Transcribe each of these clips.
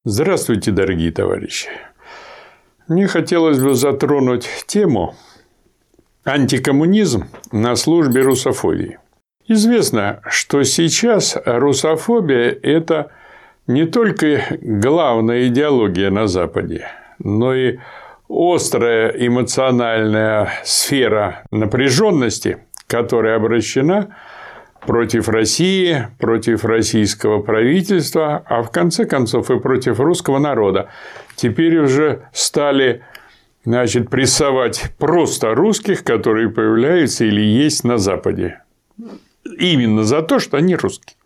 Здравствуйте, дорогие товарищи! Мне хотелось бы затронуть тему антикоммунизм на службе русофобии. Известно, что сейчас русофобия – это не только главная идеология на Западе, но и острая эмоциональная сфера напряженности, которая обращена против России, против российского правительства, а в конце концов и против русского народа. Теперь уже стали, прессовать просто русских, которые появляются или есть на Западе. Именно за то, что они русские.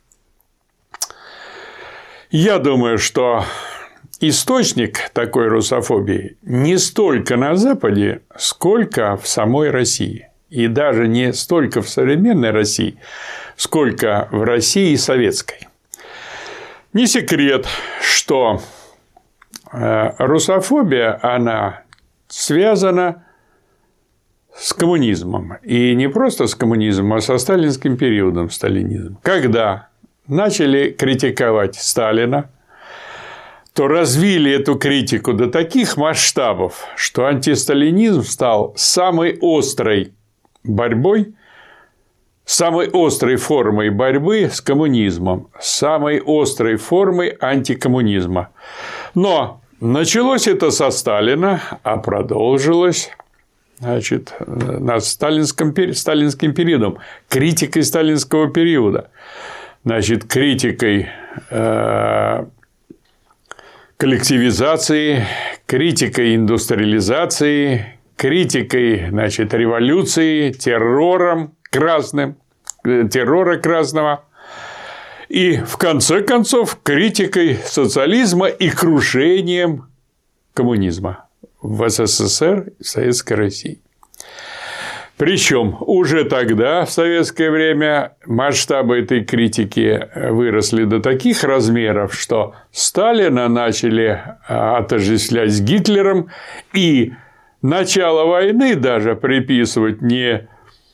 Я думаю, что источник такой русофобии не столько на Западе, сколько в самой России. И даже не столько в современной России, сколько в России советской. Не секрет, что русофобия, она связана с коммунизмом. И не просто с коммунизмом, а со сталинским периодом, сталинизмом. Когда начали критиковать Сталина, то развили эту критику до таких масштабов, что антисталинизм стал самой острой борьбой, самой острой формой борьбы с коммунизмом, самой острой формой антикоммунизма. Но началось это со Сталина, а продолжилось над сталинским периодом, критикой сталинского периода, критикой коллективизации, критикой индустриализации, критикой, революции, террора красного и, в конце концов, критикой социализма и крушением коммунизма в СССР и в Советской России. Причем уже тогда, в советское время, масштабы этой критики выросли до таких размеров, что Сталина начали отождествлять с Гитлером и начало войны даже приписывать не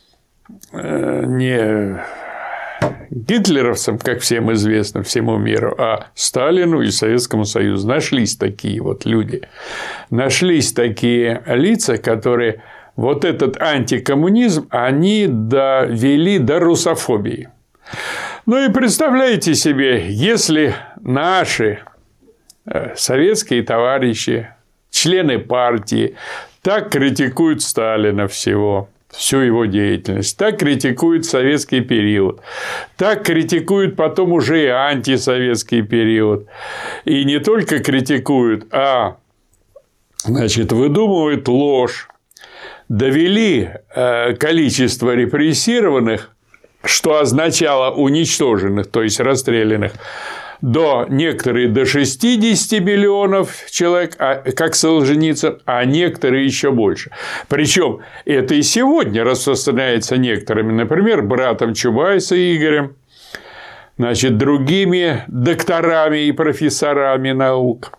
гитлеровцам, как всем известно, всему миру, а Сталину и Советскому Союзу. Нашлись такие вот люди. Нашлись такие лица, которые вот этот антикоммунизм, они довели до русофобии. Ну и представляете себе, если наши советские товарищи, члены партии, так критикуют Сталина всю его деятельность, так критикуют советский период, так критикуют потом уже и антисоветский период. И не только критикуют, а выдумывают ложь, довели количество репрессированных, что означало уничтоженных, то есть расстрелянных, некоторые до 60 миллионов человек, как Солженицын, а некоторые еще больше. Причем это и сегодня распространяется некоторыми, например, братом Чубайса Игорем, другими докторами и профессорами наук.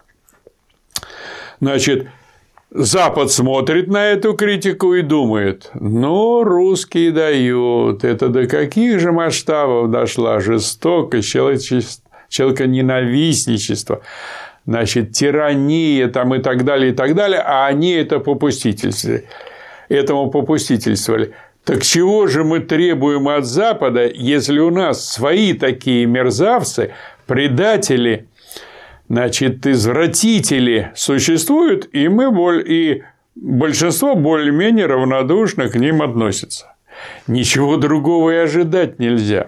Запад смотрит на эту критику и думает, русские дают, это до каких же масштабов дошла жестокость, человеконенавистничество, тирания и так далее, а они этому попустительствовали. Так чего же мы требуем от Запада, если у нас свои такие мерзавцы, предатели, извратители существуют, и большинство более-менее равнодушно к ним относится. Ничего другого и ожидать нельзя.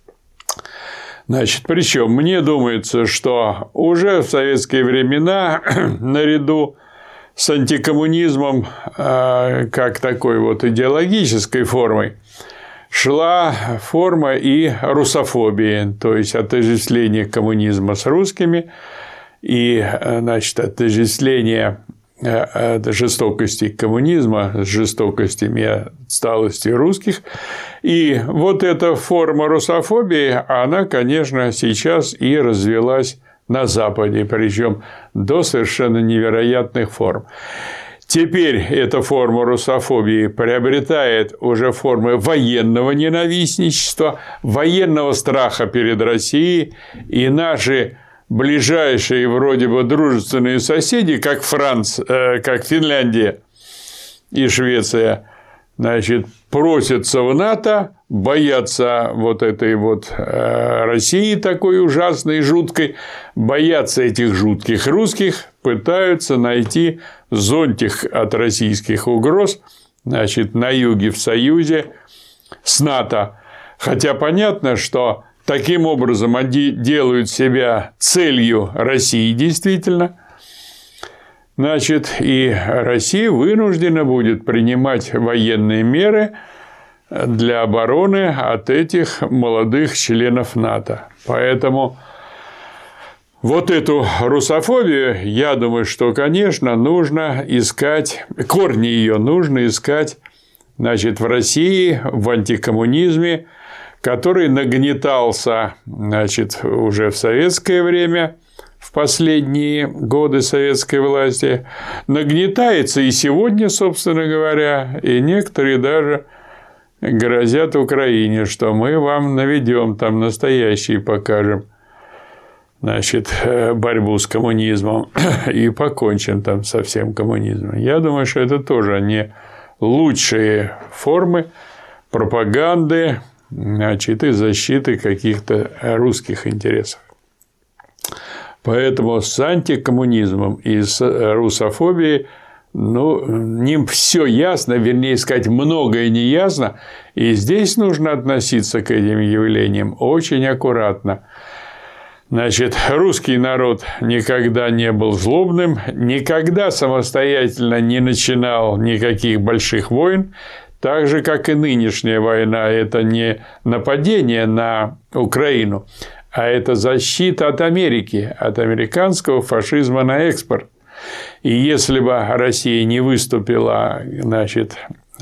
Причем мне думается, что уже в советские времена наряду с антикоммунизмом как такой идеологической формой шла форма и русофобии, то есть отождествление коммунизма с русскими и отождествление жестокости коммунизма с жестокостями и отсталостью русских. И вот эта форма русофобии, она, конечно, сейчас и развилась на Западе, причем до совершенно невероятных форм. Теперь эта форма русофобии приобретает уже формы военного ненавистничества, военного страха перед Россией, и наши ближайшие вроде бы дружественные соседи, как как Финляндия и Швеция, значит, просятся в НАТО, боятся вот этой вот России такой ужасной, жуткой, боятся этих жутких русских, пытаются найти зонтик от российских угроз, значит, на юге в союзе с НАТО. Хотя понятно, что таким образом они делают себя целью России действительно. Значит, и Россия вынуждена будет принимать военные меры для обороны от этих молодых членов НАТО. Поэтому вот эту русофобию, я думаю, что, конечно, нужно искать, корни ее нужно искать, значит, в России, в антикоммунизме, который нагнетался, значит, уже в советское время, в последние годы советской власти, нагнетается и сегодня, собственно говоря, и некоторые даже грозят Украине, что мы вам наведем там настоящий, покажем, значит, борьбу с коммунизмом и покончим там со всем коммунизмом. Я думаю, что это тоже не лучшие формы пропаганды, значит, и защиты каких-то русских интересов. Поэтому с антикоммунизмом и с русофобией, ну, не все ясно, вернее сказать, многое не ясно, и здесь нужно относиться к этим явлениям очень аккуратно. Значит, русский народ никогда не был злобным, никогда самостоятельно не начинал никаких больших войн, так же, как и нынешняя война, это не нападение на Украину, а это защита от Америки, от американского фашизма на экспорт. И если бы Россия не выступила, значит,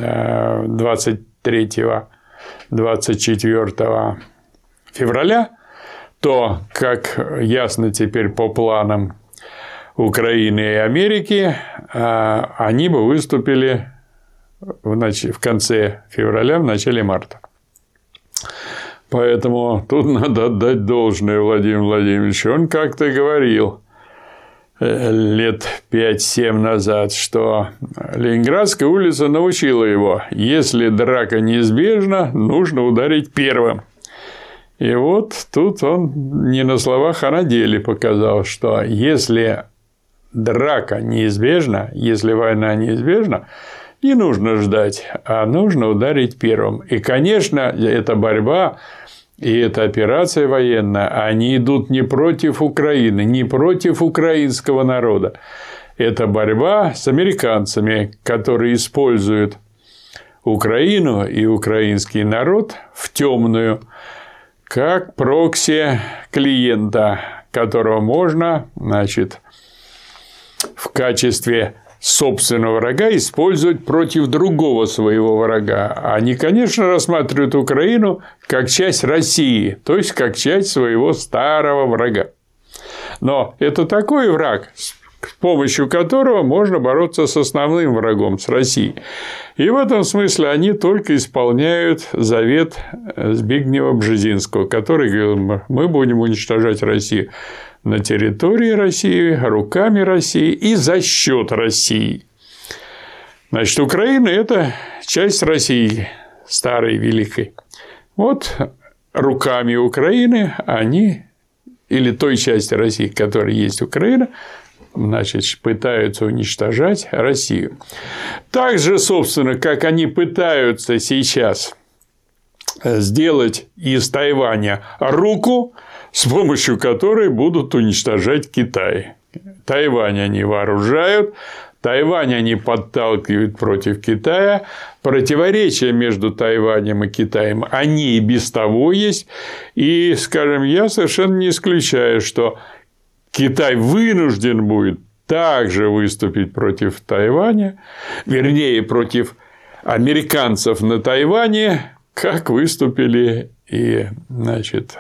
23-24 февраля, то, как ясно теперь по планам Украины и Америки, они бы выступили в конце февраля, в начале марта. Поэтому тут надо отдать должное Владимиру Владимировичу. Он как-то говорил лет 5-7 назад, что Ленинградская улица научила его: если драка неизбежна, нужно ударить первым. И вот тут он не на словах, а на деле показал, что если драка неизбежна, если война неизбежна, не нужно ждать, а нужно ударить первым. И, конечно, эта борьба и эта операция военная, они идут не против Украины, не против украинского народа. Это борьба с американцами, которые используют Украину и украинский народ в темную, как прокси клиента, которого можно, значит, в качестве собственного врага использовать против другого своего врага. Они, конечно, рассматривают Украину как часть России, то есть как часть своего старого врага. Но это такой враг, с помощью которого можно бороться с основным врагом, с Россией. И в этом смысле они только исполняют завет Збигнева Бжезинского, который говорил: мы будем уничтожать Россию на территории России, руками России и за счет России. Значит, Украина – это часть России, старой, великой. Вот руками Украины они, или той части России, которая есть Украина, значит, пытаются уничтожать Россию. Так же, собственно, как они пытаются сейчас сделать из Тайваня руку, с помощью которой будут уничтожать Китай. Тайвань они вооружают, Тайвань они подталкивают против Китая. Противоречия между Тайванем и Китаем, они и без того есть. И, скажем, я совершенно не исключаю, что Китай вынужден будет также выступить против Тайваня, вернее, против американцев на Тайване, как выступили и, значит,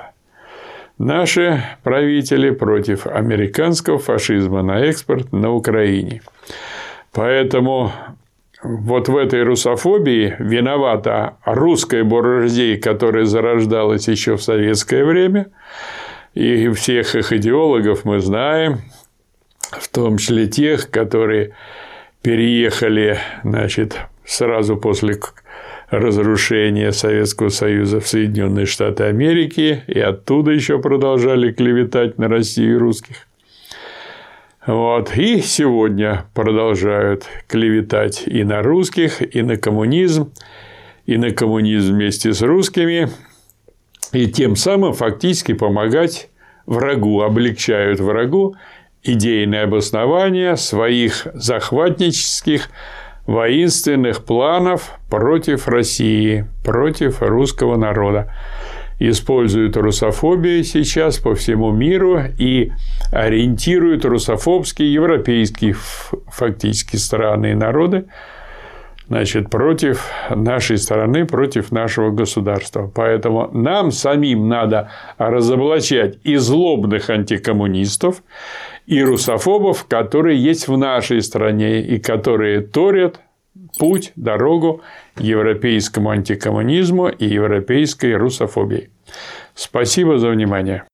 наши правители против американского фашизма на экспорт на Украине. Поэтому вот в этой русофобии виновата русская буржуазия, которая зарождалась еще в советское время. И всех их идеологов мы знаем, в том числе тех, которые переехали, значит, сразу после разрушения Советского Союза в Соединенные Штаты Америки, и оттуда еще продолжали клеветать на Россию и русских. Вот. И сегодня продолжают клеветать и на русских, и на коммунизм вместе с русскими, и тем самым фактически помогать врагу, облегчают врагу идейное обоснование своих захватнических, воинственных планов против России, против русского народа. Используют русофобию сейчас по всему миру и ориентируют русофобские европейские фактически страны и народы, значит, против нашей страны, против нашего государства. Поэтому нам самим надо разоблачать и злобных антикоммунистов, и русофобов, которые есть в нашей стране и которые торят путь, дорогу европейскому антикоммунизму и европейской русофобии. Спасибо за внимание.